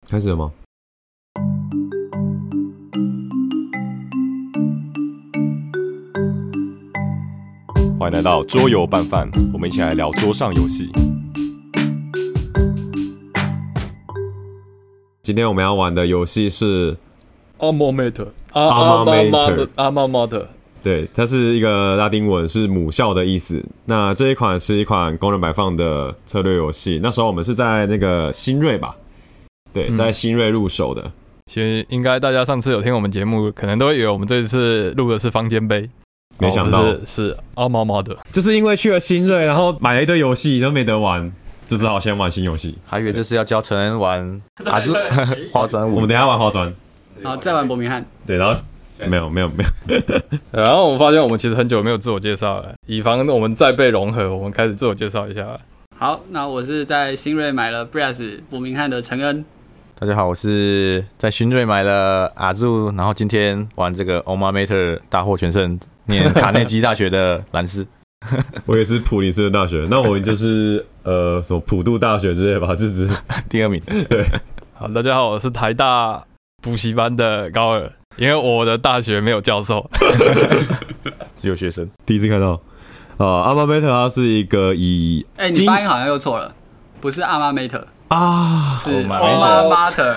开始了吗？欢迎来到桌游拌饭，我们一起来聊桌上游戏。今天我们要玩的游戏是 Alma Mater， Alma Mater。对，它是一个拉丁文，是母校的意思。那这一款是一款工人摆放的策略游戏。那时候我们是在那个新锐吧？对，在新锐入手的。 其实应该大家上次有听我们节目，可能都会以为我们这次录的是方尖碑， 没想到是 Alma Mater。 就是因为去了新锐，然后买了一堆游戏都没得玩，就只好先玩新游戏。 还以为这是要教成人玩花砖舞。 我们等一下玩花砖， 好，再玩伯明翰。 对，然后没有。 然后我们发现我们其实很久没有自我介绍了，以防我们再被融合，我们开始自我介绍一下。 好，那我是在新锐买了 Brass 伯明翰的陈恩。 大家好，我是在新锐买了阿柱，然后今天玩这个 Alma Mater 大获全胜，念卡内基大学的兰斯。 我也是普林斯顿大学，那我就是什么普渡大学之类吧，就是第2名。 对， 好，大家好，我是台大补习班的高尔，因为我的大学没有教授， 只有学生。 第一次看到Alma Mater 它是一个以你发音好像又错了，不是 Alma Mater 啊， 是 Alma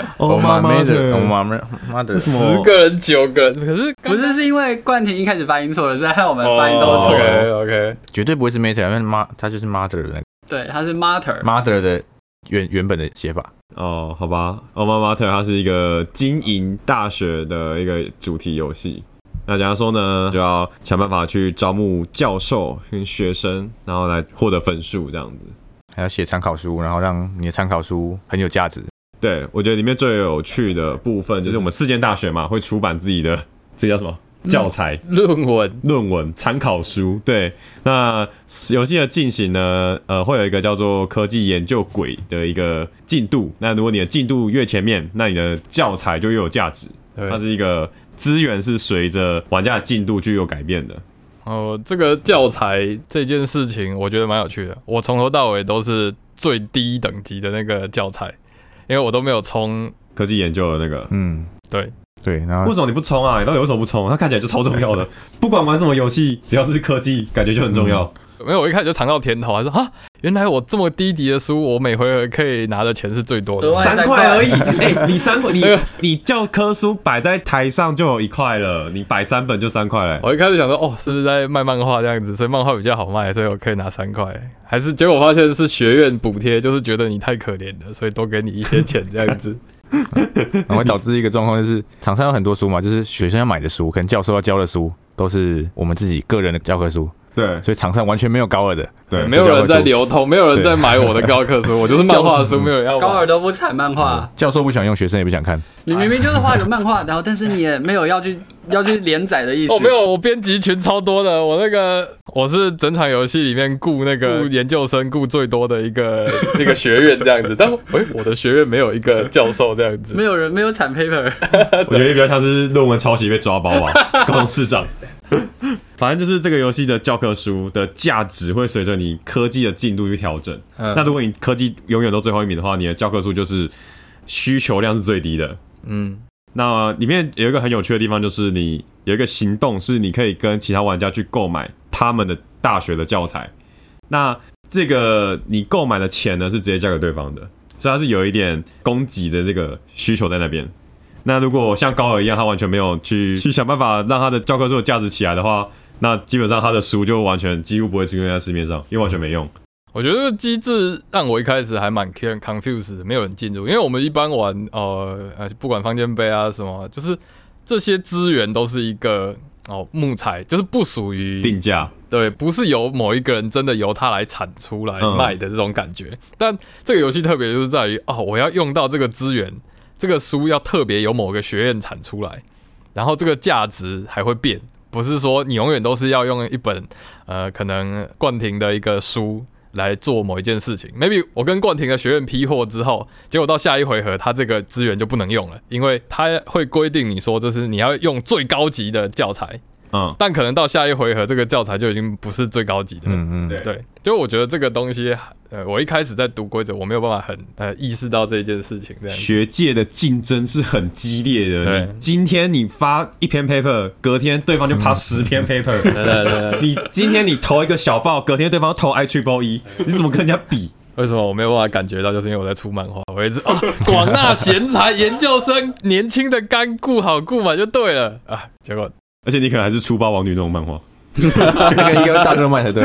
Mater。 10个人9个人，可是不是是因为冠廷一开始发音错了，所以害我们发音都错了。 OK， 绝对不会是 Mater， 因为它就是 Mother 的那个。 对，它是 Mater 的原本的写法。 哦，好吧 ，Alma Mater 它是一个经营大学的一个主题游戏。那假如说呢，就要想办法去招募教授跟学生，然后来获得分数这样子。 还要写参考书，然后让你的参考书很有价值。 对，我觉得里面最有趣的部分就是我们世间大学嘛，会出版自己的这叫什么教材、 论文、 参考书。对，那游戏的进行呢，会有一个叫做科技研究轨的一个进度。那如果你的进度越前面，那你的教材就越有价值。它是一个资源是随着玩家的进度去有改变的。 这个教材这件事情，我觉得蛮有趣的。我从头到尾都是最低等级的那个教材，因为我都没有冲科技研究的那个。 对，然后为什么你不冲啊？你到底为什么不冲？它看起来就超重要的，不管玩什么游戏，只要是科技，感觉就很重要。 没有，我一开始就尝到甜头，还说啊，原来我这么低级的书，我每回合可以拿的钱是最多的 ，3块而已。你3块，你教科书摆在台上就有1块了，你摆3本就3块了。 我一开始想说，是不是在卖漫画这样子，所以漫画比较好卖，所以我可以拿3块。还是结果发现是学院补贴，就是觉得你太可怜了，所以多给你一些钱这样子。 然后会导致一个状况，就是场上有很多书嘛，就是学生要买的书，可能教授要教的书，都是我们自己个人的教科书。 对， 所以场上完全没有高尔的， 对， 没有人在流通，没有人在买我的教科书，我就是漫画书，没有人要买。 高尔都不产漫画， 教授不想用，学生也不想看。 你明明就是画个漫画，然后但是你也没有要去连载的意思。 没有，我编辑群超多的，我是整场游戏里面雇研究生雇最多的一个学院这样子，但我的学院没有一个教授这样子， 没有产 paper。 我觉得比较像是论文抄袭被抓包吧，高雄市长。反正就是这个游戏的教科书的价值会随着你科技的进度去调整。那如果你科技永远都最后1名的话，你的教科书就是需求量是最低的。那里面有一个很有趣的地方，就是你有一个行动是你可以跟其他玩家去购买他们的大学的教材。那这个你购买的钱呢是直接交给对方的，所以它是有一点供给的这个需求在那边。那如果像高尔一样，他完全没有去想办法让他的教科书的价值起来的话，那基本上他的书就完全几乎不会出现在市面上，因为完全没用。 我觉得这个机制让我一开始还蛮 confused 的，没有人进入，因为我们一般玩不管方尖碑啊什么，就是这些资源都是一个木材，就是不属于定价， 对，不是由某一个人真的由他来产出来卖的这种感觉。但这个游戏特别就是在于我要用到这个资源，这个书要特别由某个学院产出来，然后这个价值还会变。不是说你永远都是要用一本可能冠廷的一个书来做某一件事情。Maybe 我跟冠廷的学院批货之后，结果到下一回合他这个资源就不能用了，因为他会规定你说这是你要用最高级的教材但可能到下一回合这个教材就已经不是最高级的。对，就我觉得这个东西，我一开始在读规则，我没有办法很意识到这一件事情。这样学界的竞争是很激烈的。你今天你发一篇 paper， 隔天对方就发10篇 paper。对。你今天你投一个小报，隔天对方投 IEEE， 你怎么跟人家比？ 为什么我没有办法感觉到？就是因为我在出漫画，我一直广纳贤才，研究生年轻的肝顾好顾满就对了啊。结果， 而且你可能还是粗暴王女那种漫画， 那个应该大热卖才对。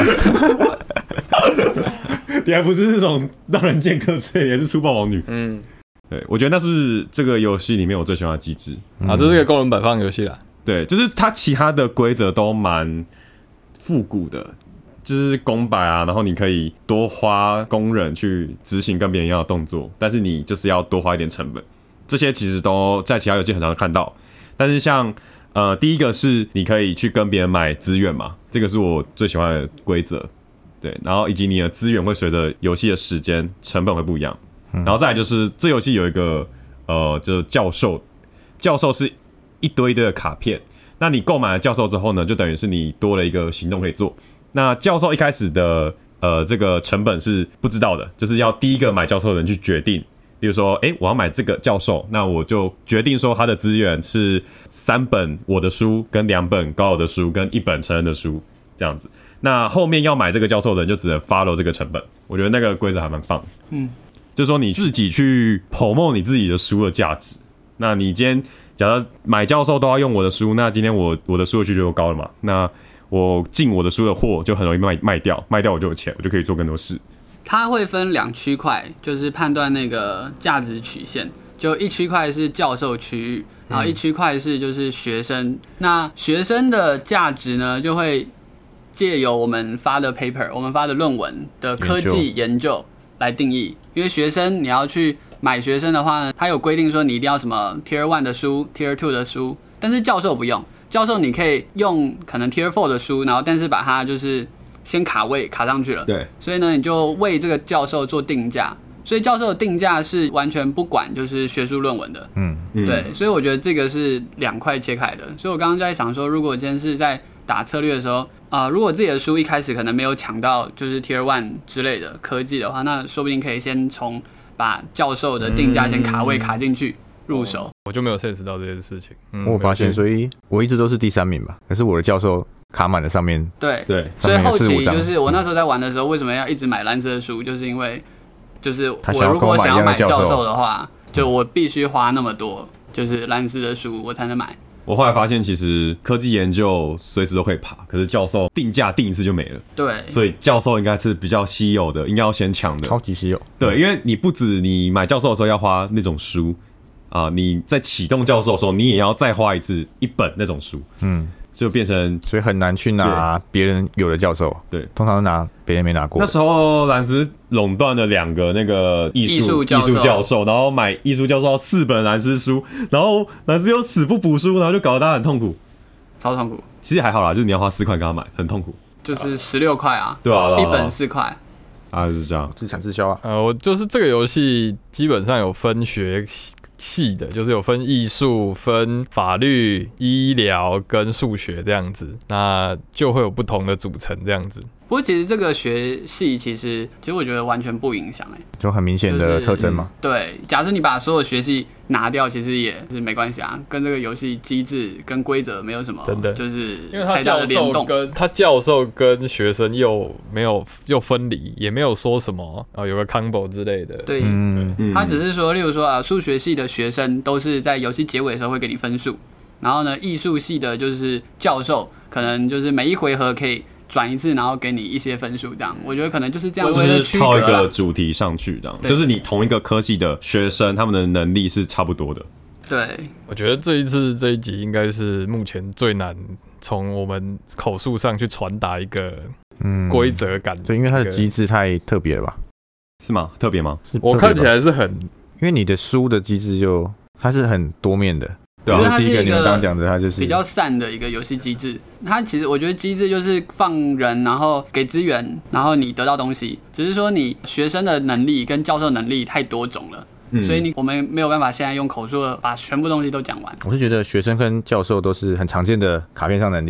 你还不是那种让人见客之类，也是粗暴王女。对，我觉得那是这个游戏里面我最喜欢的机制啊，这是个功能摆放游戏啦。 对，就是它其他的规则都蛮复古的。就是公摆啊，然后你可以多花工人去执行跟别人一样的动作，但是你就是要多花一点成本。这些其实都在其他游戏很常看到，但是像第一个是你可以去跟别人买资源嘛，这个是我最喜欢的规则。对，然后以及你的资源会随着游戏的时间成本会不一样。然后再来就是这游戏有一个就是教授是一堆的卡片，那你购买了教授之后呢，就等于是你多了一个行动可以做。那教授一开始的这个成本是不知道的，就是要第一个买教授的人去决定。例如说，我要买这个教授，那我就决定说他的资源是3本我的书，跟2本高尔的书，跟1本成人的书这样子。那后面要买这个教授的人就只能 follow 这个成本。我觉得那个规则还蛮棒的。就是说你自己去 promote 你自己的书的价值。那你今天假如买教授都要用我的书，那今天我的书的需求就高了嘛？那我进我的书的货就很容易卖掉我就有钱，我就可以做更多事。 它会分2区块，就是判断那个价值曲线。就一区块是教授区域，然后一区块是就是学生。那学生的价值呢，就会借由我们发的 paper， 我们发的论文的科技研究来定义。因为学生你要去买学生的话呢，它有规定说你一定要什么 Tier 1的书 ，Tier 2的书，但是教授不用。教授你可以用可能 Tier 4的书，然后但是把它就是先卡位卡上去了。 对， 所以呢，你就为这个教授做定价。所以教授的定价是完全不管就是学术论文的。对，所以我觉得这个是2块切开的。所以我刚刚就在想说，如果今天是在打策略的时候，如果自己的书一开始可能没有抢到就是 Tier 1之类的科技的话，那说不定可以先从把教授的定价先卡位卡进去。入手， 我就没有 sense 到这件事情。 我发现，所以我一直都是第3名吧。可是我的教授卡满了上面。 对，所以后期就是我那时候在玩的时候，为什么要一直买蓝色的书？就是因为，就是我如果想要买教授的话，就我必须花那么多，就是蓝色的书我才能买。 我后来发现，其实科技研究随时都可以爬，可是教授定价定一次就没了。 对， 所以教授应该是比较稀有的，应该要先抢的， 超级稀有。 对，因为你不止你买教授的时候要花那种书。你在启动教授的时候，你也要再花1本那种书，就变成， 所以很难去拿别人有的教授， 对， 通常都拿别人没拿过。 那时候蓝斯垄断了2个那个艺术教授，然后买艺术教授要4本蓝斯书，然后蓝斯又死不补书，然后就搞得大家很痛苦， 超痛苦。 其实还好啦，就是你要花4块跟他买，很痛苦， 就是16块啊， 对啊 ，1本4块。 就是这样， 自产自销啊。 我就是这个游戏基本上有分学系的，就是有分艺术、分法律、医疗跟数学这样子，那就会有不同的组成这样子。 不过其实这个学系其实我觉得完全不影响就很明显的特征嘛。 对，假设你把所有学系拿掉，其实也是没关系啊，跟这个游戏机制跟规则没有什么真的就是太大的联动。 他教授跟学生又没有分离，也没有说什么有个 combo 之类的。 对，他只是说，例如说数学系的学生都是在游戏结尾的时候会给你分数，然后呢，艺术系的就是教授可能就是每一回合可以转1次，然后给你一些分数，这样我觉得可能就是这样为了区隔啦， 套一个主题上去，这样就是你同一个科系的学生，他们的能力是差不多的。 对， 我觉得这一集应该是目前最难从我们口述上去传达一个规则感。 对，因为它的机制太特别了吧？ 是吗？特别吗？ 我看起来是很， 因为你的书的机制它是很多面的。 对啊，第一个你们刚刚讲的，它就是比较散的一个游戏机制。它其实我觉得机制就是放人，然后给资源，然后你得到东西。只是说你学生的能力跟教授能力太多种了，所以我们没有办法现在用口述把全部东西都讲完。 我是觉得学生跟教授都是很常见的卡片上能力，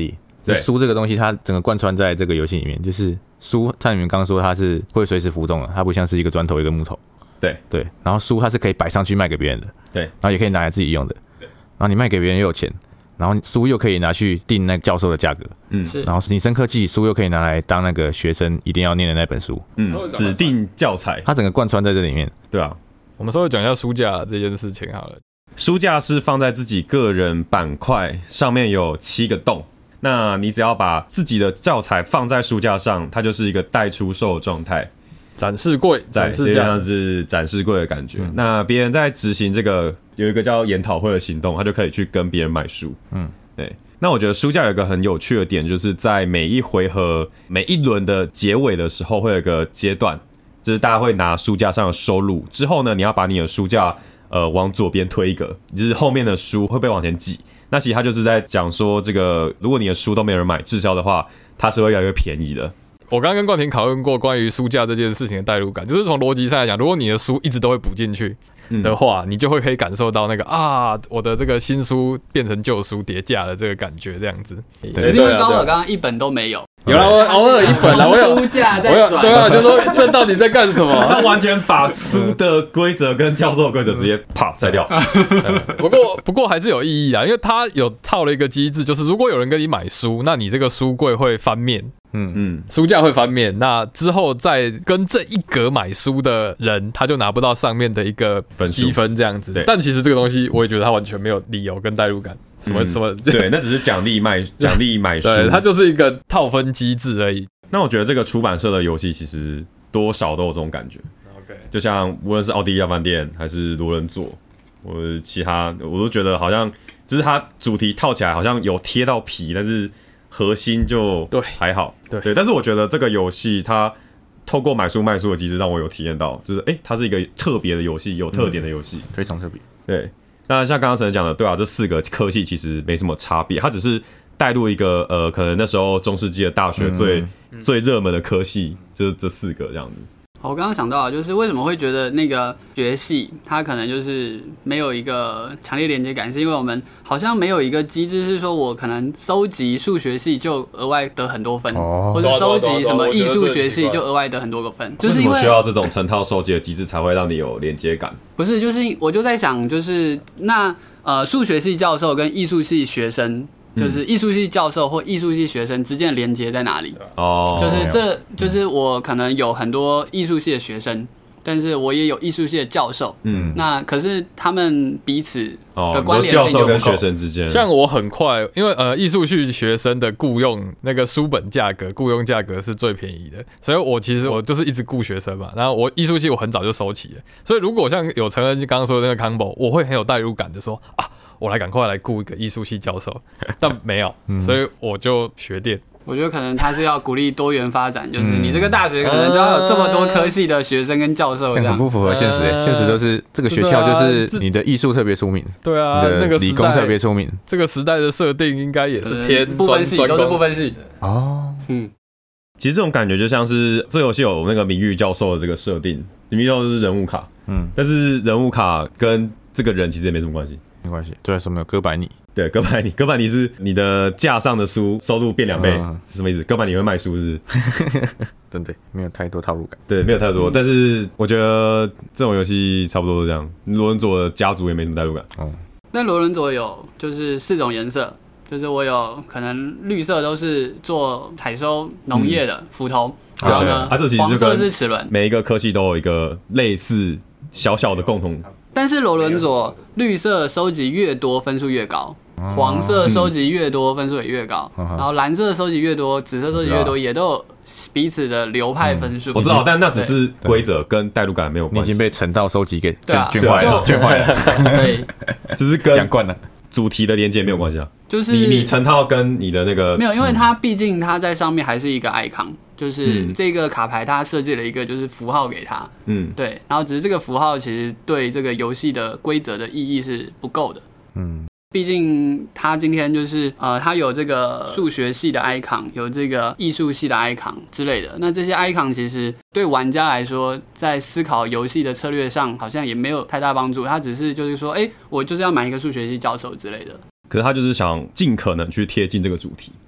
对， 书这个东西它整个贯穿在这个游戏里面，就是书，像你们刚刚说它是会随时浮动的，它不像是一个砖头一个木头。 对对，然后书它是可以摆上去卖给别人的， 对， 然后也可以拿来自己用的， 对， 然后你卖给别人又有钱，然后书又可以拿去定那个教授的价格， 是， 然后你升科技书又可以拿来当那个学生一定要念的那本书， 指定教材， 它整个贯穿在这里面， 对啊。 我们稍微讲一下书架这件事情好了。 书架是放在自己个人板块上面，有7个洞。那你只要把自己的教材放在书架上，它就是一个待出售状态。 展示柜，展示架， 像是展示柜的感觉。那别人在执行这个有一个叫研讨会的行动，他就可以去跟别人买书。对。那我觉得书架有一个很有趣的点，就是在每一回合、每一轮的结尾的时候，会有一个阶段，就是大家会拿书架上的收入之后呢，你要把你的书架往左边推一格，就是后面的书会被往前挤。那其实他就是在讲说，这个如果你的书都没人买滞销的话，它是会越来越便宜的。 我刚刚跟冠廷讨论过关于书架这件事情的代入感，就是从逻辑上来讲，如果你的书一直都会补进去的话，你就会可以感受到那个我的这个新书变成旧书叠架的这个感觉，这样子。 只是因为高尔刚刚一本都没有。 有啦，我偶尔一本啦，我有书架在转， 对啊，就说这到底在干什么？ 他完全把书的规则跟教授的规则直接啪摘掉。 不过还是有意义啊，因为他有套了一个机制，就是如果有人跟你买书，那你这个书柜会翻面。书架会翻面，那之后再跟这一格买书的人，他就拿不到上面的一个积分这样子。但其实这个东西，我也觉得他完全没有理由跟代入感，什么对，那只是奖励买书， 对，它就是一个套分机制而已。 那我觉得这个出版社的游戏其实多少都有这种感觉。 OK， 就像无论是奥地利大饭店还是罗伦佐，或者其他，我都觉得好像就是它主题套起来好像有贴到皮，但是核心就还好，对，但是我觉得这个游戏它透过买书卖书的机制，让我有体验到，就是它是一个特别的游戏，有特点的游戏， 非常特别。 对，那像刚刚陈讲的，对啊，这4个科系其实没什么差别，它只是带入一个可能那时候中世纪的大学最热门的科系，就是这4个这样子。 我刚刚想到，就是为什么会觉得那个学系它可能就是没有一个强烈连接感，是因为我们好像没有一个机制是说我可能收集数学系就额外得很多分，或者收集什么艺术学系就额外得很多个分，就是因为需要这种成套收集的机制才会让你有连接感。 不是，就是我就在想，就是那数学系教授跟艺术系学生。就是艺术系教授或艺术系学生之间的连接在哪里？就是我可能有很多艺术系的学生，但是我也有艺术系的教授。那可是他们彼此的关联性就不够。教授跟学生之间， 像我很快，因为艺术系学生的雇用那个书本价格、雇佣价格是最便宜的，所以我其实就是一直雇学生嘛。然后我艺术系我很早就收齐了，所以如果像有承恩刚刚说的那个 combo， 我会很有代入感的说我来赶快来雇一个艺术系教授，但没有，所以我就学电。 我觉得可能他是要鼓励多元发展，就是你这个大学可能就要有这么多科系的学生跟教授，这样很不符合现实。现实都是这个学校就是你的艺术特别出名， 对啊， 那个理工特别出名。 这个时代的设定应该也是偏不分系，都是不分系哦。 其实这种感觉就像是这游戏有那个名誉教授的这个设定，名誉教授是人物卡，但是人物卡跟这个人其实也没什么关系。 没关系，对，什么有哥白尼？ 对，哥白尼是你的架上的书收入变2倍，是什么意思？哥白尼会卖书是不是？ 对，没有太多套路感。 对，没有太多，但是我觉得这种游戏差不多是这样。罗伦佐的家族也没什么代入感。 那罗伦佐有就是4种颜色，就是我有可能绿色都是做采收农业的斧头，然后呢， 这其实黄色是齿轮。 每一个科系都有一个类似小小的共同。 但是罗伦佐绿色收集越多分数越高，黄色收集越多分数也越高，然后蓝色收集越多，紫色收集越多，也都有彼此的流派分数。 我知道，但那只是规则跟代入感没有关系。 你已经被成道收集给卷坏了，对， 只是跟主题的连接没有关系啊。 就是你成套跟你的那个没有，因为它毕竟它在上面还是一个 icon。就是这个卡牌，它设计了一个就是符号给它，对，然后只是这个符号其实对这个游戏的规则的意义是不够的，毕竟它今天就是它有这个数学系的 icon， 有这个艺术系的 icon 之类的，那这些 icon 其实对玩家来说，在思考游戏的策略上好像也没有太大帮助，它只是就是说，我就是要买一个数学系教授之类的， 可是他就是想尽可能去贴近这个主题。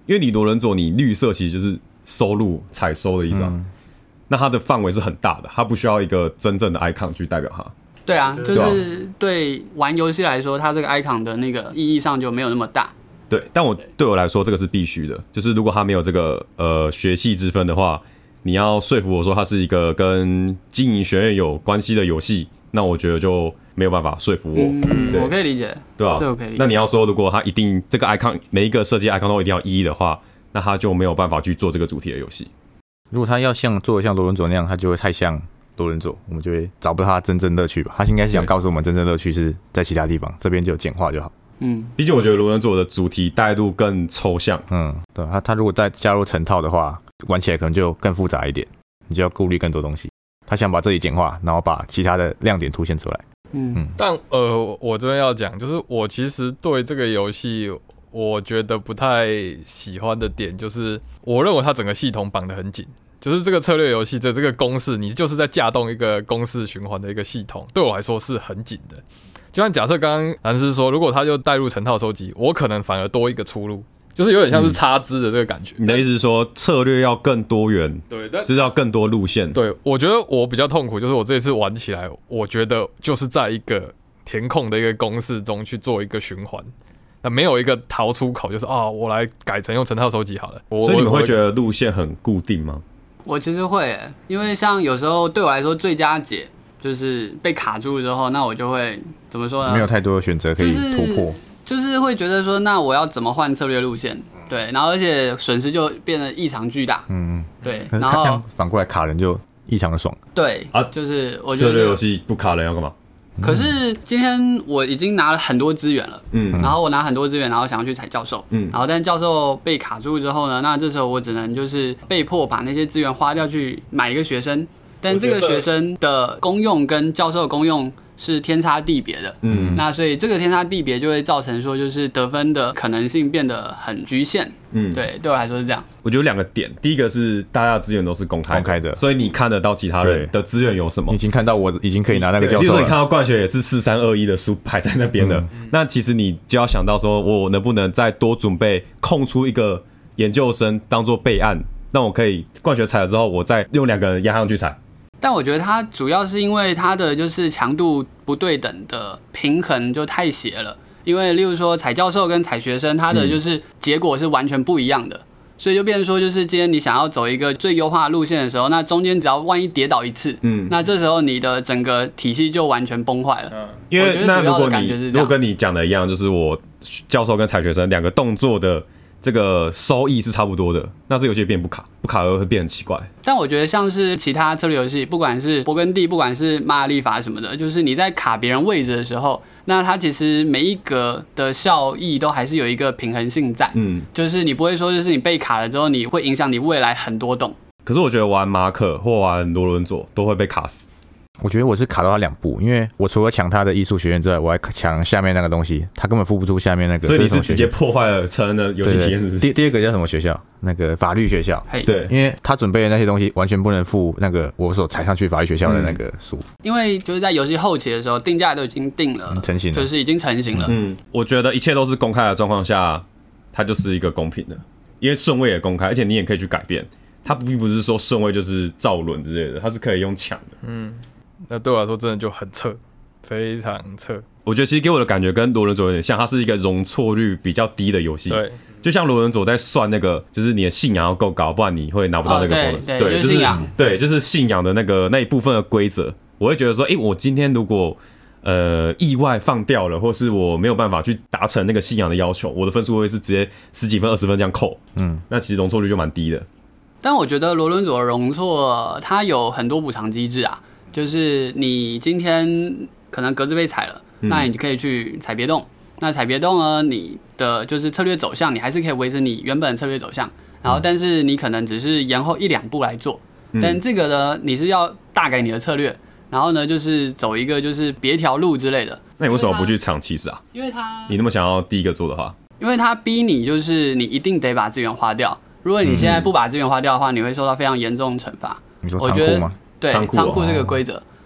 因为你罗伦佐你绿色其实就是收入采收的意思啊，那它的范围是很大的，它不需要一个真正的 icon 去代表它。 对啊，就是对玩游戏来说，它这个 icon 的那个意义上就没有那么大。 对，但对我来说这个是必须的，就是如果它没有这个学系之分的话，你要说服我说它是一个跟经营学院有关系的游戏，那我觉得就没有办法说服我。 我可以理解， 对吧？ 我可以理解。 那你要说如果它一定这个 icon 每一个设计 icon 都一定要一的话，那它就没有办法去做这个主题的游戏。 如果他要做得像罗伦佐那样，他就会太像罗伦佐，我们就会找不到他真正乐趣吧。他应该是想告诉我们，真正乐趣是在其他地方，这边就简化就好。 毕竟我觉得罗伦佐的主题带入更抽象。 对，他如果再加入成套的话，玩起来可能就更复杂一点，你就要顾虑更多东西。他想把这里简化，然后把其他的亮点凸显出来。 但我这边要讲，就是我其实对这个游戏，我觉得不太喜欢的点，就是我认为它整个系统绑得很紧。就是这个策略游戏的这个公式，你就是在架动一个公式循环的一个系统，对我来说是很紧的。就像假设刚刚蓝斯说，如果他就带入成套收集，我可能反而多一个出路，就是有点像是插枝的这个感觉。 你的意思是说策略要更多元， 对， 就是要更多路线。 对，我觉得我比较痛苦，就是我这一次玩起来，我觉得就是在一个填空的一个公式中去做一个循环。那没有一个逃出口，就是我来改成用成套收集好了。 所以你们会觉得路线很固定吗？ 我其实会因为像有时候对我来说最佳解就是被卡住之后，那我就会怎么说呢？ 没有太多的选择可以突破， 就是会觉得说，那我要怎么换策略路线？对，然后而且损失就变得异常巨大。对，然后反过来卡人就异常的爽。 对就是我觉得策略游戏不卡人要干嘛？ 可是今天我已经拿了很多资源了，然后我拿很多资源，然后想要去采教授，然后但教授被卡住之后呢，那这时候我只能就是被迫把那些资源花掉去买一个学生，但这个学生的功用跟教授的功用是天差地别的，那所以这个天差地别就会造成说，就是得分的可能性变得很局限，对我来说是这样。 我觉得两个点，第一个是大家的资源都是公开的，所以你看得到其他人的资源有什么， 你已经看到我已经可以拿那个教授了。 比如说你看到冠学也是4321的书排在那边的，那其实你就要想到说，我能不能再多准备空出一个研究生当做备案，那我可以冠学踩了之后，我再用2个人压上去踩。 但我觉得它主要是因为它的就是强度不对等的平衡就太斜了，因为例如说采教授跟采学生，它的就是结果是完全不一样的，所以就变成说，就是今天你想要走一个最优化的路线的时候，那中间只要万一跌倒一次，那这时候你的整个体系就完全崩坏了。 因为那如果跟你讲的一样，就是我教授跟采学生2个动作的这个收益是差不多的，那这游戏变不卡而会变很奇怪。 但我觉得像是其他策略游戏，不管是勃艮第，不管是马尔利法什么的，就是你在卡别人位置的时候，那它其实每一格的效益都还是有一个平衡性在，就是你不会说就是你被卡了之后，你会影响你未来很多动。 可是我觉得玩马可或玩罗伦佐都会被卡死。 我觉得我是卡到他2步，因为我除了抢他的艺术学院之外，我还抢下面那个东西，他根本付不出下面那个。 所以你是直接破坏了成人的游戏体验，是不是？ 第二个叫什么学校？那个法律学校。 对， 因为他准备的那些东西完全不能付那个我所踩上去法律学校的那个书。 因为就是在游戏后期的时候，定价都已经定了， 成型了， 就是已经成型了。 我觉得一切都是公开的状况下，它就是一个公平的，因为顺位也公开，而且你也可以去改变。它并不是说顺位就是照轮之类的，它是可以用抢的。 那对我来说真的就很侧，非常侧。 我觉得其实给我的感觉跟罗伦佐有点像，它是一个容错率比较低的游戏。 对， 就像罗伦佐在算那个，就是你的信仰要够高，不然你会拿不到那个 bonus。 对，就是信仰。 对，就是信仰的那一部分的规则，我会觉得说，我今天如果意外放掉了，或是我没有办法去达成那个信仰的要求，我的分数会是直接10几分、20分这样扣。那其实容错率就蛮低的。 但我觉得罗伦佐的容错，它有很多补偿机制啊。就是你今天可能格子被踩了，那你就可以去踩别动。那踩别动呢，你的就是策略走向，你还是可以维持你原本的策略走向。然后，但是你可能只是延后1-2步来做。但这个呢，你是要大改你的策略，然后呢，就是走一个就是别条路之类的。 那你为什么不去抢起司啊？ 因为你那么想要第一个做的话， 因为他逼你，就是你一定得把资源花掉。如果你现在不把资源花掉的话，你会受到非常严重的惩罚。 你说仓库吗？ 对，仓库这个规则，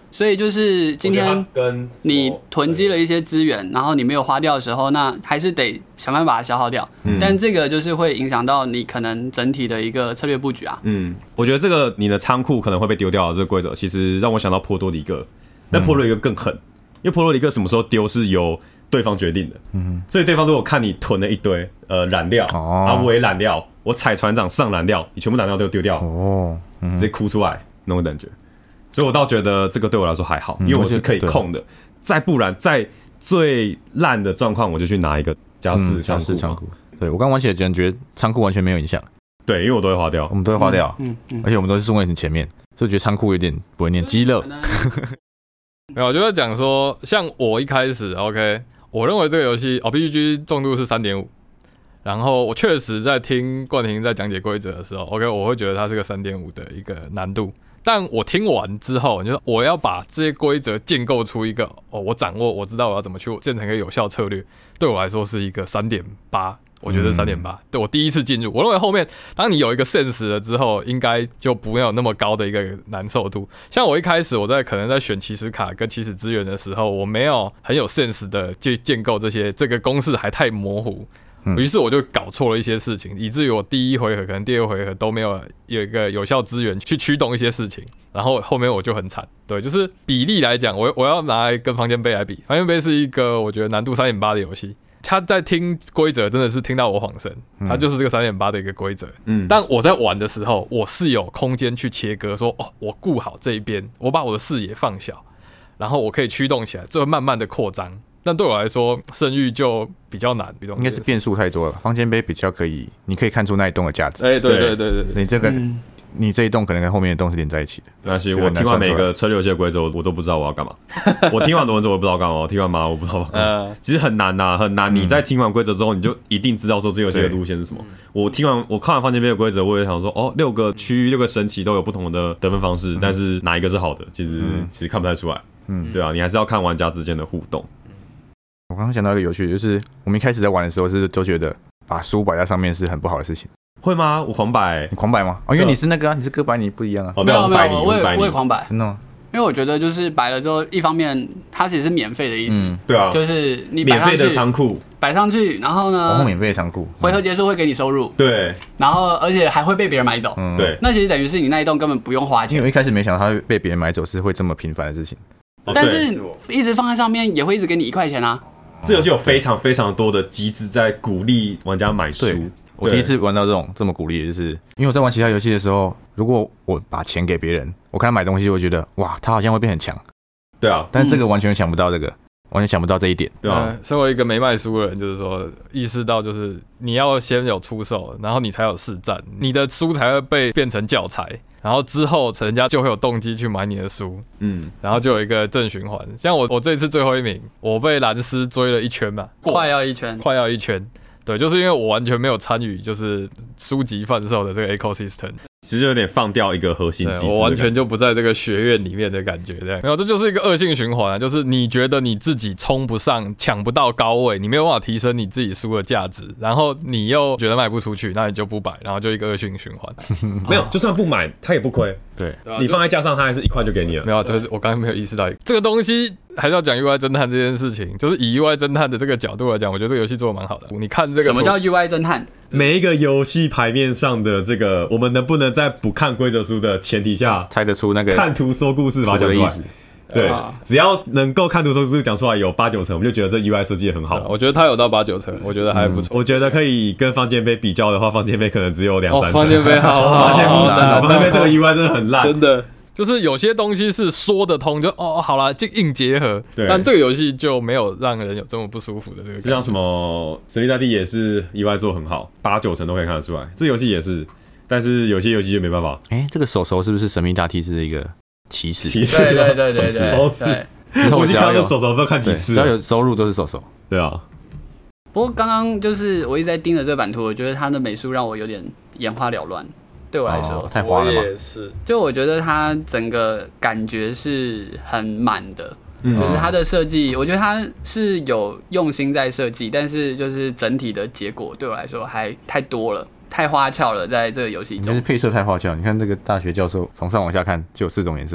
所以就是今天你囤积了一些资源，然后你没有花掉的时候，那还是得想办法把它消耗掉。但这个就是会影响到你可能整体的一个策略布局啊。 我觉得这个你的仓库可能会被丢掉的这个规则，其实让我想到波多黎各，但波多黎各更狠，因为波多黎各什么时候丢是由对方决定的。所以对方如果看你囤了一堆燃料，我也燃料，我踩船长上燃料，你全部燃料都丢掉，直接哭出来那种感觉。所以我倒觉得这个对我来说还好，因为我是可以控的。再不然，在最烂的状况，我就去拿一个加4仓库。 对，我刚玩起来感觉仓库完全没有影响。 对，因为我都会花掉， 我们都会花掉，而且我们都是顺位很前面，所以觉得仓库有点不会念鸡肋。 没有，我就在讲说，像我一开始 OK， 我认为这个游戏RPG 重度是 3.5， 然后我确实在听冠廷在讲解规则的时候 OK， 我会觉得它是个 3.5 的一个难度。但我听完之后，就是我要把这些规则建构出一个我掌握，我知道我要怎么去建成一个有效策略，对我来说是一个 3.8， 我觉得 3.8， 对我第一次进入，我认为后面当你有一个 sense 了之后，应该就不会有那么高的一个难受度。像我一开始可能在选起始卡跟起始资源的时候，我没有很有 sense 的去建构这个公式还太模糊。于是我就搞错了一些事情，以至于我第一回合可能第二回合都没有一个有效资源去驱动一些事情，然后后面我就很惨。对，就是比例来讲，我要拿来跟方尖碑来比，方尖碑是一个我觉得难度 3.8 的游戏，他在听规则真的是听到我恍神，他就是这个 3.8 的一个规则。但我在玩的时候，我是有空间去切割，说我顾好这一边，我把我的视野放小，然后我可以驱动起来，最后慢慢的扩张。但对我来说，圣域就比较难，应该是变数太多了。方尖碑比较可以，你可以看出那一栋的价值。 对， 你这个，你这一栋可能跟后面的栋是连在一起的。 没关系，我听完每个策略游戏的规则，我都不知道我要干嘛。我听完的文字我不知道干嘛，我听完嘛我不知道干嘛。其实很难呐，很难。你在听完规则之后，你就一定知道说这游戏的路线是什么。我看完方尖碑的规则，我也想说，6个区域6个神奇都有不同的得分方式，但是哪一个是好的，其实看不太出来。对啊，你还是要看玩家之间的互动。 我刚刚想到一个有趣的，就是我们一开始在玩的时候都觉得把书摆在上面是很不好的事情。 会吗？我狂摆， 你狂摆吗？因为你是那个你是哥白尼不一样啊。 没有， 我也狂摆。 真的吗？ 因为我觉得就是摆了之后，一方面它其实是免费的意思， 对啊， 就是你免费的仓库摆上去，然后呢， 免费的仓库， 回合结束会给你收入， 对， 然后而且还会被别人买走， 对， 那其实等于是你那一栋根本不用花钱。 因为我一开始没想到它会被别人买走是会这么频繁的事情， 但是一直放在上面也会一直给你1块钱啊。 这游戏有非常非常多的机制在鼓励玩家买书。 我第一次玩到这么鼓励的，就是因为我在玩其他游戏的时候，如果我把钱给别人，我看他买东西，我会觉得哇，他好像会变很强。 对啊， 但是这个完全想不到完全想不到这一点。 对啊， 身为一个没卖书的人，就是说意识到就是你要先有出售，然后你才有实战，你的书才会被变成教材，然后之后人家就会有动机去买你的书，然后就有一个正循环。像我这次最后一名，我被蓝斯追了一圈嘛， 快要一圈。 对，就是因为我完全没有参与，就是书籍贩售的这个 ecosystem， 其实有点放掉一个核心机制， 我完全就不在这个学院里面的感觉，这样没有，这就是一个恶性循环啊！就是你觉得你自己冲不上、抢不到高位，你没有办法提升你自己书的价值，然后你又觉得卖不出去，那你就不买，然后就一个恶性循环。 没有，就算不买，它也不亏。 对， 你放在架上，它还是1块就给你了。 没有，就是我刚才没有意识到这个东西。还是要讲 UI 侦探这件事情，就是以 UI 侦探的这个角度来讲，我觉得这个游戏做得蛮好的。你看这个什么叫 UI 侦探？ 每一个游戏牌面上的这个，我们能不能在不看规则书的前提下猜得出那个看图说故事把它讲出来？对，只要能够看图说故事讲出来有8-9成，我们就觉得这 UI 设计得很好。 我觉得它有到8-9成，我觉得还不错。 我觉得可以跟方尖碑比较的话，方尖碑可能只有2-3成。 方尖碑好， 方尖碑这个 UI 真的很烂， 真的。就是有些东西是说得通，就好啦，就硬结合。但这个游戏就没有让人有这么不舒服的这个感觉。 就像什么《神秘大地》也是UI 做很好，8-9成都可以看得出来。这游戏也是，但是有些游戏就没办法。 这个手手是不是神秘大地是一个歧视？ 对， 之后我已经看到这手手都看几次， 只要有收入都是手手。 对啊。 不过刚刚就是我一直在盯着这版图，我觉得它的美术让我有点眼花缭乱。对我来说， 太花了嘛。 也是， 就我觉得它整个感觉是很满的，就是它的设计，我觉得它是有用心在设计，但是就是整体的结果对我来说还太多了，太花俏了，在这个游戏中。 就是配色太花俏，你看这个大学教授从上往下看就有4种颜色。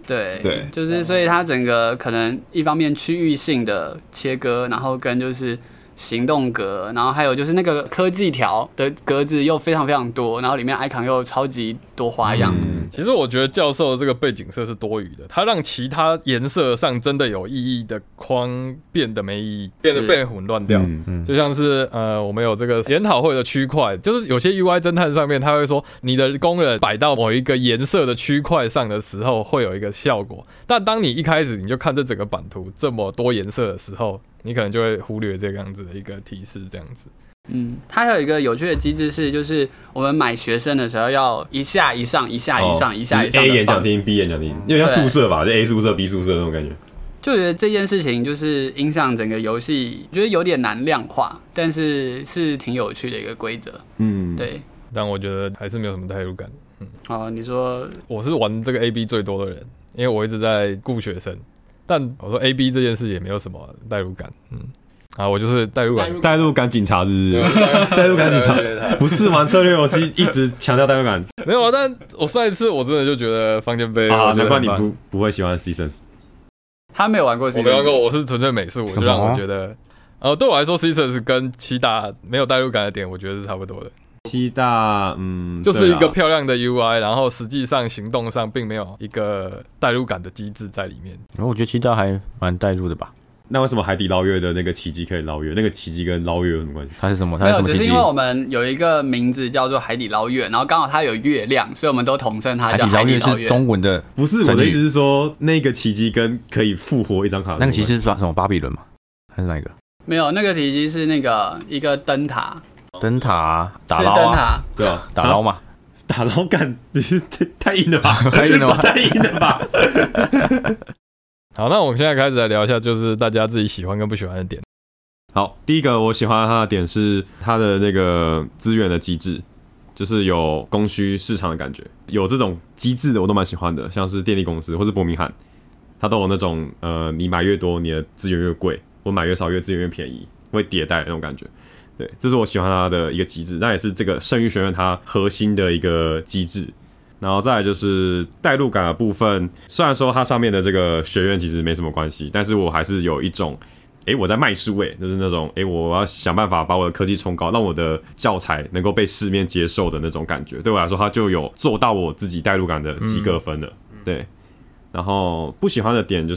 对，就是所以它整个可能一方面区域性的切割，然后跟就是行动格，然后还有就是那个科技条的格子又非常非常多，然后里面 icon 又超级多花样。 其实我觉得教授的这个背景色是多余的，它让其他颜色上真的有意义的框变得没意义，变得被混乱掉。就像是我们有这个研讨会的区块，就是有些 UI 侦探上面他会说，你的工人摆到某一个颜色的区块上的时候会有一个效果，但当你一开始你就看这整个版图这么多颜色的时候，你可能就会忽略这个样子的一个提示，这样子。 它还有一个有趣的机制是，就是我们买学生的时候要一下一上，一下一上，一下一上。 A 演讲厅 ，B 演讲厅，因为像宿舍吧，就 A 宿舍、B 宿舍那种感觉。 就觉得这件事情就是影响整个游戏，觉得有点难量化，但是是挺有趣的一个规则。对。 但我觉得还是没有什么代入感。 你说我是玩这个 AB 最多的人，因为我一直在顾学生，但我说 AB 这件事也没有什么代入感。我就是代入感警察，是不是？代入感警察不是玩策略游戏一直强调代入感。 没有，但我上一次我真的就觉得方尖碑难怪你不会喜欢 Seasons。 他没有玩过 Seasons， 我没玩过，我是纯粹美术，就让我觉得，对我来说 Seasons 跟七大没有代入感的点，我觉得是差不多的。 七大就是一个漂亮的 UI， 然后实际上行动上并没有一个代入感的机制在里面。 我觉得七大还蛮代入的吧。 那为什么海底捞月的那个奇迹可以捞月？那个奇迹跟捞月有什么关系？ 它是什么？ 没有，只是因为我们有一个名字叫做海底捞月，然后刚好它有月亮，所以我们都统称它叫海底捞月。 是中文的， 不是我的意思是说，那个奇迹跟可以复活一张卡。 那个奇迹是什么？巴比伦吗？还是哪一个？ 没有，那个奇迹是那个一个灯塔。 灯塔打捞啊，对吧？打捞嘛， 打捞感只是太硬了吧？ 太硬了吧？ 太硬了吧？ 好，那我们现在开始来聊一下，就是大家自己喜欢跟不喜欢的点。 好，第一个我喜欢它的点是它的那个资源的机制，就是有供需市场的感觉，有这种机制的我都蛮喜欢的，像是电力公司或是伯明翰，它都有那种你买越多，你的资源越贵，或买越少，资源越便宜，会迭代的那种感觉。对，这是我喜欢它的一个机制，那也是这个圣域学院它核心的一个机制。然后再来就是代入感的部分，虽然说它上面的这个学院其实没什么关系，但是我还是有一种，我在卖书就是那种，我要想办法把我的科技冲高，让我的教材能够被市面接受的那种感觉。对我来说，它就有做到我自己代入感的及格分了。对，然后不喜欢的点就是，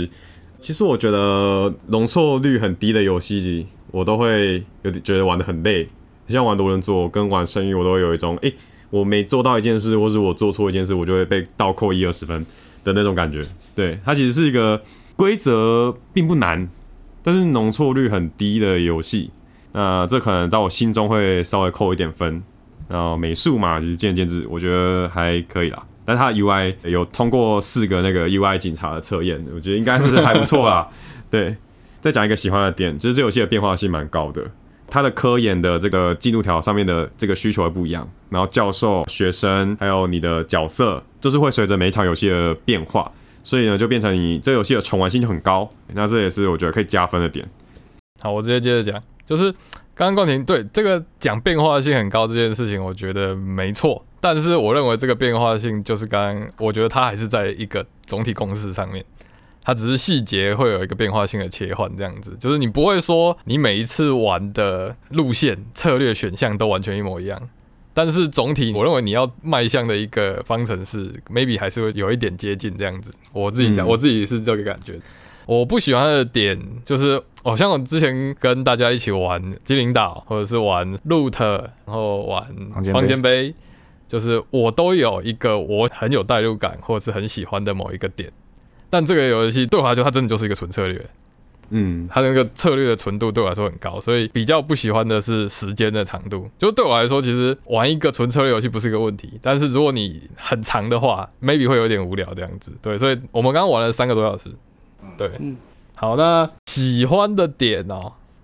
其实我觉得容错率很低的游戏，我都会有点觉得玩得很累，像玩多人做跟玩生育，我都会有一种我没做到一件事，或是我做错一件事，我就会被倒扣10-20分的那种感觉。对，它其实是一个规则并不难，但是容错率很低的游戏。那这可能在我心中会稍微扣一点分。然后美术嘛，其实见仁见智，我觉得还可以啦。但是它的 UI 有通过4个那个 UI 警察的测验，我觉得应该是还不错啦。对，再讲一个喜欢的点，就是这游戏的变化性蛮高的。它的科研的这个进度条上面的这个需求会不一样，然后教授、学生还有你的角色，就是会随着每一场游戏的变化，所以呢就变成你这个游戏的重玩性就很高，那这也是我觉得可以加分的点。 好，我直接接着讲，就是刚刚冠廷对这个讲变化性很高这件事情，我觉得没错，但是我认为这个变化性就是刚刚我觉得它还是在一个总体公式上面。它只是细节会有一个变化性的切换，这样子，就是你不会说你每一次玩的路线、策略选项都完全一模一样，但是总体我认为你要迈向的一个方程式 ，maybe 还是会有一点接近这样子。我自己讲，我自己是这个感觉。我不喜欢的点就是，像我之前跟大家一起玩精灵岛，或者是玩 Loot， 然后玩方尖碑，就是我都有一个我很有代入感，或者是很喜欢的某一个点。但这个游戏对我来说，它真的就是一个纯策略。它那个策略的纯度对我来说很高，所以比较不喜欢的是时间的长度。就对我来说，其实玩一个纯策略游戏不是一个问题，但是如果你很长的话 ，maybe 会有点无聊这样子。对，所以我们刚刚玩了3个多小时。对，好，那喜欢的点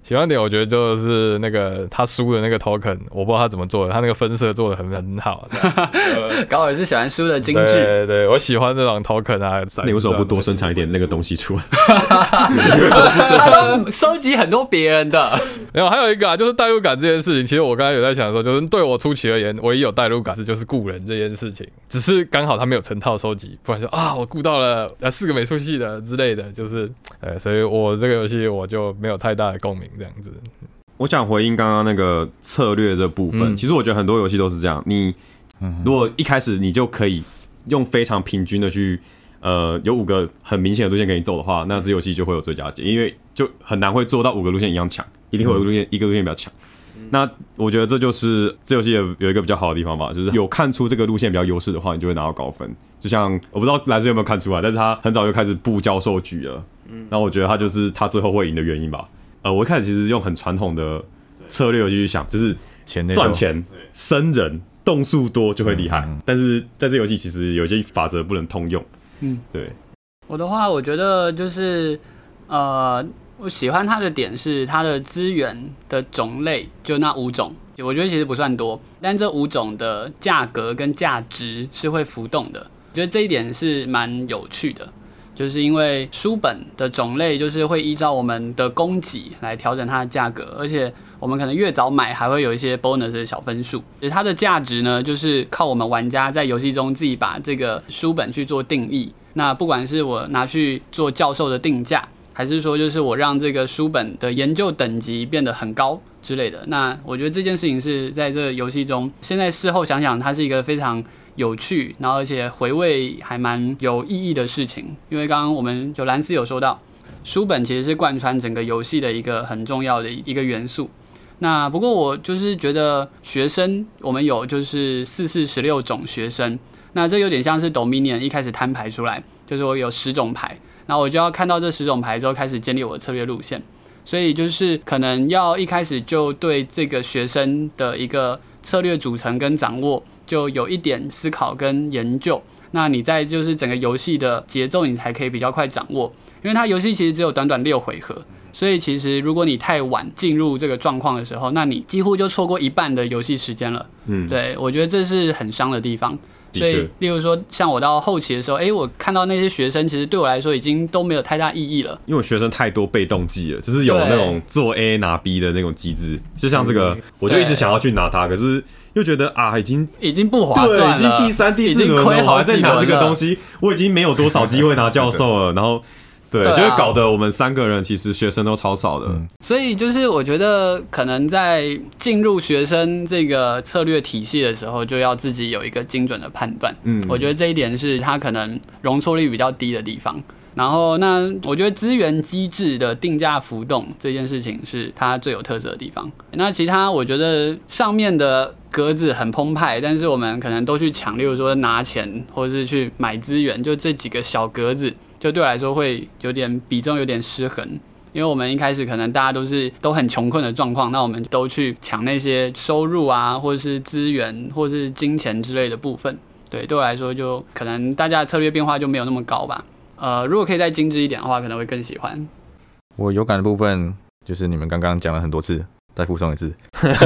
喜欢点我觉得就是那个他输的那个 token， 我不知道他怎么做的，他那个分色做的很好。 高尔是喜欢输的精致， 对对，我喜欢这种 token 啊。 你为什么不多生产一点那个东西出来？ 他都收集很多别人的。 没有，还有一个啊，就是代入感这件事情。其实我刚才有在想说，就是对我初期而言，唯一有代入感就是雇人这件事情，只是刚好他没有成套收集，不然说啊，我雇到了4个美术系的之类的，就是所以我这个游戏我就没有太大的共鸣这样子。 我想回应刚刚那个策略这部分，其实我觉得很多游戏都是这样，你如果一开始你就可以用非常平均的去有5个很明显的路线给你走的话，那这游戏就会有最佳解，因为就很难会做到5个路线一样强，一定会有一个路线比较强。那我觉得这就是这游戏有一个比较好的地方吧，就是有看出这个路线比较优势的话，你就会拿到高分。就像我不知道莱斯有没有看出来，但是他很早就开始布教授局了，那我觉得他就是他最后会赢的原因吧。我一开始其实用很传统的策略游戏去想，就是赚钱、生人、动数多就会厉害，但是在这游戏其实有些法则不能通用。对。 我的话，我觉得就是我喜欢它的点是它的资源的种类就那5种，我觉得其实不算多，但这5种的价格跟价值是会浮动的，我觉得这一点是蛮有趣的。就是因为书本的种类就是会依照我们的供给来调整它的价格，而且我们可能越早买还会有一些 bonus 的小分数。它的价值呢，就是靠我们玩家在游戏中自己把这个书本去做定义。那不管是我拿去做教授的定价，还是说就是我让这个书本的研究等级变得很高之类的，那我觉得这件事情是在这个游戏中，现在事后想想，它是一个非常有趣，然后而且回味还蛮有意义的事情。因为刚刚我们就兰斯有说到，书本其实是贯穿整个游戏的一个很重要的一个元素。那不过我就是觉得学生，我们有就是4416种学生，那这有点像是 Dominion 一开始摊牌出来，就是我有10种牌，然后我就要看到这10种牌之后开始建立我的策略路线。所以就是可能要一开始就对这个学生的一个策略组成跟掌握就有一点思考跟研究，那你在就是整个游戏的节奏你才可以比较快掌握，因为它游戏其实只有短短6回合，所以其实如果你太晚进入这个状况的时候，那你几乎就错过一半的游戏时间了。对，我觉得这是很伤的地方。所以例如说像我到后期的时候，我看到那些学生其实对我来说已经都没有太大意义了， 因为我学生太多被动技了，就是有那种做 A 拿 B 的那种机制，就像这个我就一直想要去拿它，可是又觉得啊已经不划算了， 对，已经第3、第4轮了，我还在拿这个东西，我已经没有多少机会拿教授了，然后对，就会搞得我们3个人其实学生都超少的。 所以就是我觉得可能在进入学生这个策略体系的时候，就要自己有一个精准的判断。我觉得这一点是他可能容错率比较低的地方。然后那我觉得资源机制的定价浮动这件事情是它最有特色的地方。那其他我觉得上面的格子很澎湃，但是我们可能都去抢，例如说拿钱或者是去买资源，就这几个小格子就对我来说会有点比重有点失衡。因为我们一开始可能大家都很穷困的状况，那我们都去抢那些收入啊，或者是资源或者是金钱之类的部分。对我来说就可能大家的策略变化就没有那么高吧。如果可以再精致一点的话，可能会更喜欢。 我有感的部分就是你们刚刚讲了很多次，再附送一次。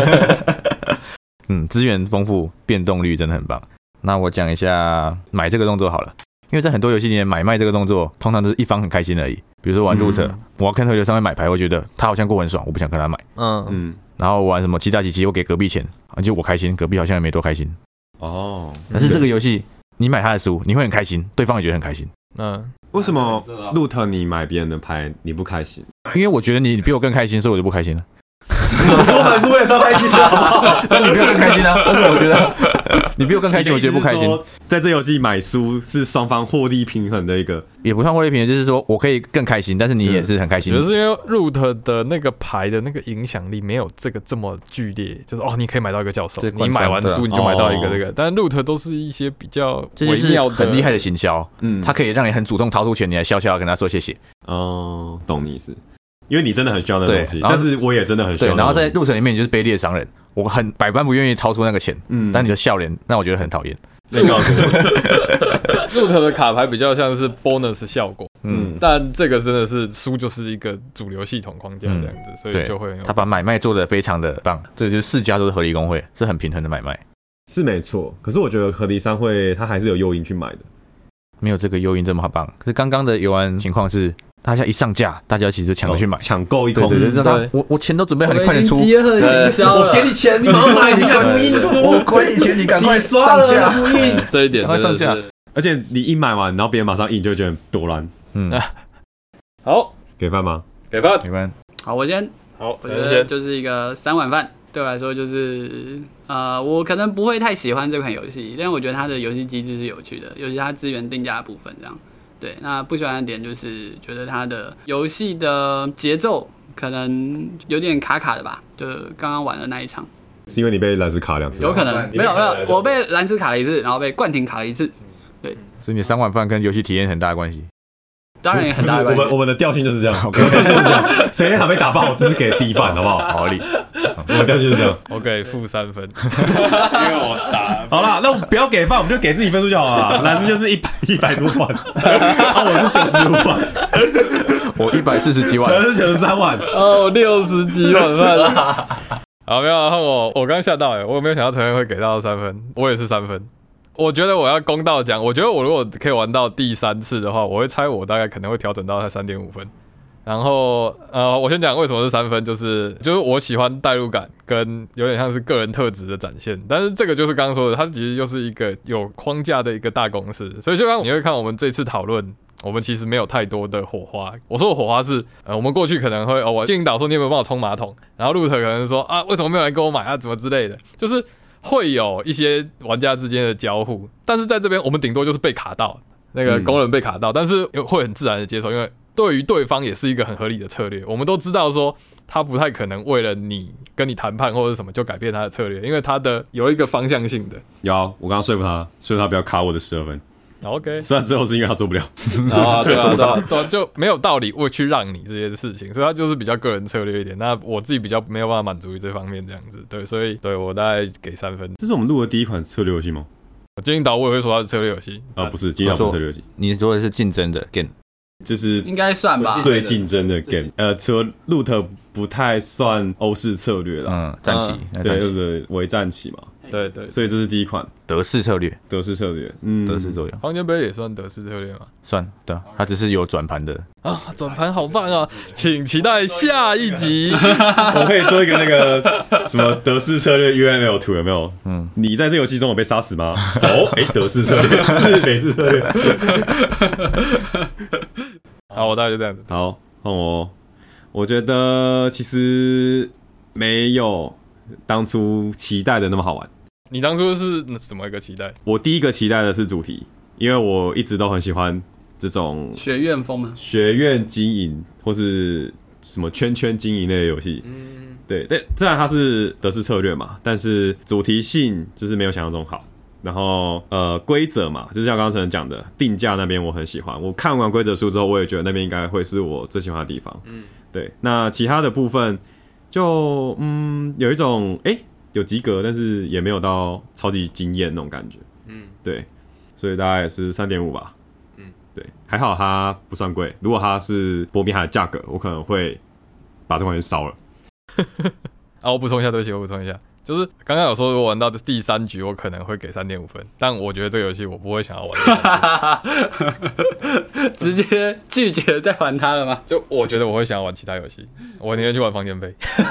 资源丰富，变动率真的很棒。那我讲一下买这个动作好了，因为在很多游戏里面买卖这个动作，通常都是一方很开心而已。比如说玩路者，我要看河流上面买牌，我觉得他好像过很爽，我不想跟他买。然后玩什么七大奇迹，我给隔壁钱，就我开心，隔壁好像也没多开心。但是这个游戏你买他的书，你会很开心，对方也觉得很开心。 为什么路特你买别人的牌你不开心？ 因为我觉得你比我更开心，所以我就不开心了。 我买书我也超开心的，好不好？ 但你比我更开心啊！但是我觉得你比我更开心，我觉得不开心。 在这游戏买书是双方获利平衡的一个， 也不算获利平衡，就是说我可以更开心，但是你也是很开心。 就是因为 Root 的那个牌的那个影响力没有这个这么剧烈，就是你可以买到一个教授，你买完书你就买到一个这个，但 Root 都是一些比较微妙的， 很厉害的行销，它可以让你很主动掏出钱，你来笑笑跟他说谢谢。 懂你意思。因为你真的很需要那东西，但是我也真的很需要。 对，然后在路程里面你就是卑劣的商人，我很百般不愿意掏出那个钱，但你的笑脸让我觉得很讨厌。 那告诉我 Root 的卡牌比较像是 bonus 效果，但这个真的是书就是一个主流系统框架这样子，所以就会很有他把买卖做得非常的棒，这就是4家都是合理公会，是很平衡的买卖， 是没错。可是我觉得合理商会它还是有诱因去买的， 没有这个诱因这么棒。可是刚刚的游玩情况是，大家一上架，大家其实就抢着去买， 抢购一空。 对，让他我钱都准备好，你快点出， 结合行销了， 我给你钱，你赶快，你赶快印书， 我亏你钱，你赶快上架， 这一点赶快上架。 而且你一买完，然后别人马上印，就会觉得多烂。 好， 给饭吗？ 给饭。 好，我先。 好， 我觉得就是一个3碗饭，对我来说就是我可能不会太喜欢这款游戏，但我觉得它的游戏机制是有趣的，尤其它资源定价的部分这样。对，那不喜欢的点就是觉得它的游戏的节奏可能有点卡卡的吧，就刚刚玩的那一场。 是因为你被蓝斯卡2次？ 有可能，没有，我被蓝斯卡了1次，然后被冠廷卡了1次。对， 所以你3碗饭跟游戏体验很大的关系。 当然也很大的关系。 我们的调性就是这样，谁还没打爆，就是给低饭，好不好？好理。我们调性就是这样。 我给-3分，因为我打。 好啦，那我不要给饭，我们就给自己分数就好了。蓝斯就是100多饭，我是95碗， 我140几碗， 陈是93碗， 我60几碗饭。好，没有，然后我刚吓到我没有想到陈彦会给到3分，我也是3分。我觉得我要公道讲，我觉得我如果可以玩到第3次的话，我会猜我大概可能会调整到才3.5分。然后我先讲为什么是3分，就是我喜欢代入感跟有点像是个人特质的展现，但是这个就是刚刚说的，它其实就是一个有框架的一个大公式，所以就刚你会看我们这次讨论，我们其实没有太多的火花。我说的火花是我们过去可能会我建议导说你有没有帮我冲马桶，然后Root可能说为什么没有人跟我买怎么之类的，就是会有一些玩家之间的交互，但是在这边我们顶多就是被卡到，那个工人被卡到，但是会很自然的接受，因为对于对方也是一个很合理的策略。我们都知道说他不太可能为了你跟你谈判或者什么就改变他的策略，因为他的有一个方向性的。 我刚刚说服他不要卡我的12分。 OK， 虽然最后是因为他做不了对，就没有道理会去让你这些事情，所以他就是比较个人策略一点。那我自己比较没有办法满足于这方面这样子，对，所以对我大概给3分。 这是我们录的第一款策略游戏吗？ 金银岛我也会说它是策略游戏不是，金银岛不是策略游戏， 你说的是竞争的 game， 就是应该算吧， 最竞争的 game。除了 Root 不太算欧式策略啦， 战棋， 对，就是围战棋嘛。 对， 所以这是第一款德式策略， 德式策略。 方尖碑也算德式策略吗？ 算，对，它只是有转盘的转盘好棒啊！请期待下一集。 我可以做一个那个什么德式策略 UML 图，有没有？你在这游戏中有被杀死吗？德式策略是北式策略。 好，我大概就这样子。 好，换我。我觉得其实没有当初期待的那么好玩。 你当初是什么一个期待？ 我第一个期待的是主题，因为我一直都很喜欢这种学院风嘛， 学院经营或是什么圈经营类的游戏。对，虽然它是德式策略嘛，但是主题性就是没有想象中好。然后规则嘛，就是像刚刚陈讲的定价那边我很喜欢。我看完规则书之后，我也觉得那边应该会是我最喜欢的地方。对。那其他的部分就有一种有及格，但是也没有到超级惊艳那种感觉。对，所以大概也是3.5吧。对，还好它不算贵。如果它是波比海的价格，我可能会把这款游戏烧了。 我补充一下，对不起，我补充一下，就是刚刚有说，如果玩到第3局，我可能会给3.5分，但我觉得这个游戏我不会想要玩。 直接拒绝再玩它了吗？ 就我觉得我会想要玩其他游戏，我宁愿去玩方尖碑。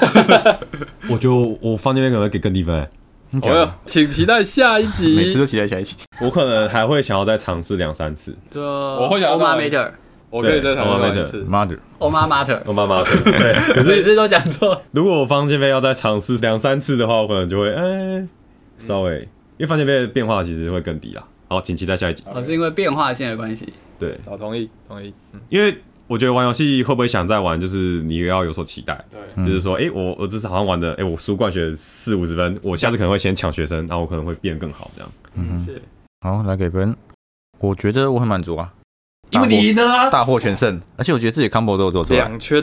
我方尖碑可能会给更低分。 请期待下一集。 每次都期待下一集。 我可能还会想要再尝试2-3次。 我会想要 Oma Mater， 我可以再尝试1次。 Oma Mater， 对，可是每次都讲错。 如果我方尖碑要再尝试2-3次的话，我可能就会稍微，因为方尖碑的变化其实会更低啦。好，请期待下一集。 是因为变化性的关系。 对， 同意。 因为我觉得玩游戏会不会想再玩，就是你要有所期待。对，就是说，我这次好像玩的，我输冠学40-50分，我下次可能会先抢学生，然后我可能会变得更好，这样。 是。 好，来给分。我觉得我很满足啊， 因为你赢了啊， 大获全胜，而且我觉得自己 combo 都有做出来。 2圈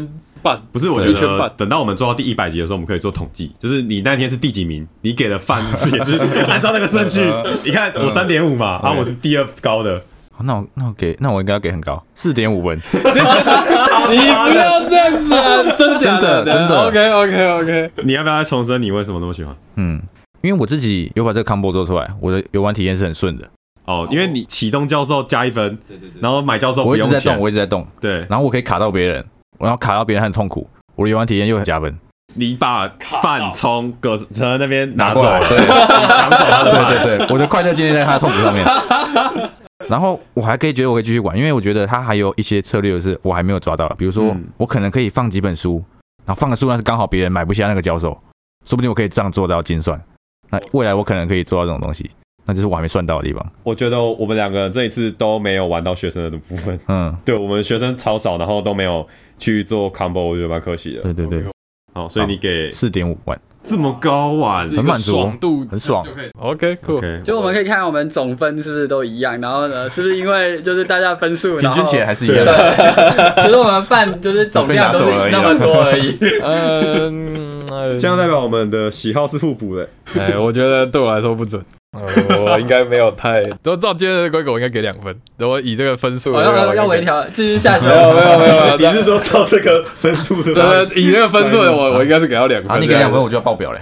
半， 不是，我觉一圈半得等到我们做到第100集的时候，我们可以做统计，就是你那天是第几名，你给的饭是也是按照那个顺序。你看我3.5嘛，然后我是第2高的。 那我应该要给很高，4.5分。 你不要这样子啊！真的。 OK。 你要不要再重申你为什么那么喜欢？ 因为我自己有把这个 combo 做出来，我的游玩体验是很顺的。 哦，因为你启动教授加1分，对，然后买教授不用钱， 我一直在动， 对， 然后我可以卡到别人，然后卡到别人很痛苦，我的游玩体验又很加分。 你把饭从葛城那边拿走， 对， 你抢走他的饭， 对，我的快乐建立在他的痛苦上面。然后我还可以觉得我可以继续玩，因为我觉得他还有一些策略是我还没有抓到的，比如说我可能可以放几本书，然后放个书，但是刚好别人买不下那个教授，说不定我可以这样做到精算。那未来我可能可以做到这种东西。那就是我还没算到的地方。我觉得我们2个这一次都没有玩到学生的部分。对，我们学生超少，然后都没有去做 combo， 我觉得蛮可惜的。 对。 好，所以你给 4.5万， 这么高玩， 很满足， 爽度很爽。 OK， cool。 就我们可以看我们总分是不是都一样，然后呢，是不是因为就是大家分数平均起来还是一样的？就是我们饭就是总量都是那么多而已。 这样代表我们的喜好是互补的。 我觉得对我来说不准。我应该没有太，都照今天的规格，我应该给2分。如果以这个分数， 要微调，继续下去。 没有， 你是说照这个分数的？ 对，以这个分数的我应该是给到2分。 你给2分，我就要爆表嘞。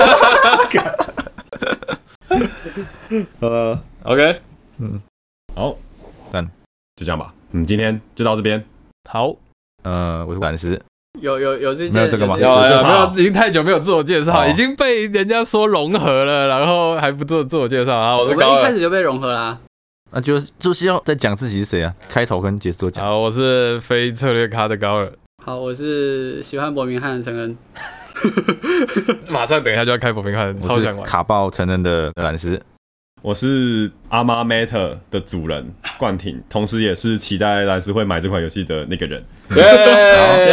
OK， 好，就这样吧。今天就到这边。 好， 我是蓝斯。 有没有这个吗？ 有，没有，已经太久没有自我介绍，已经被人家说融合了，然后还不做自我介绍啊！我是高一开始就被融合啦。 那就是要再讲自己是谁啊？开头跟结束都讲。 好，我是非策略咖的高尔。 好，我是喜欢伯明翰的陈恩。 马上等一下就要开伯明翰，超想玩。 卡爆陈恩的蓝斯。 我是阿妈 Matter 的主人冠廷，同时也是期待蓝斯会买这款游戏的那个人。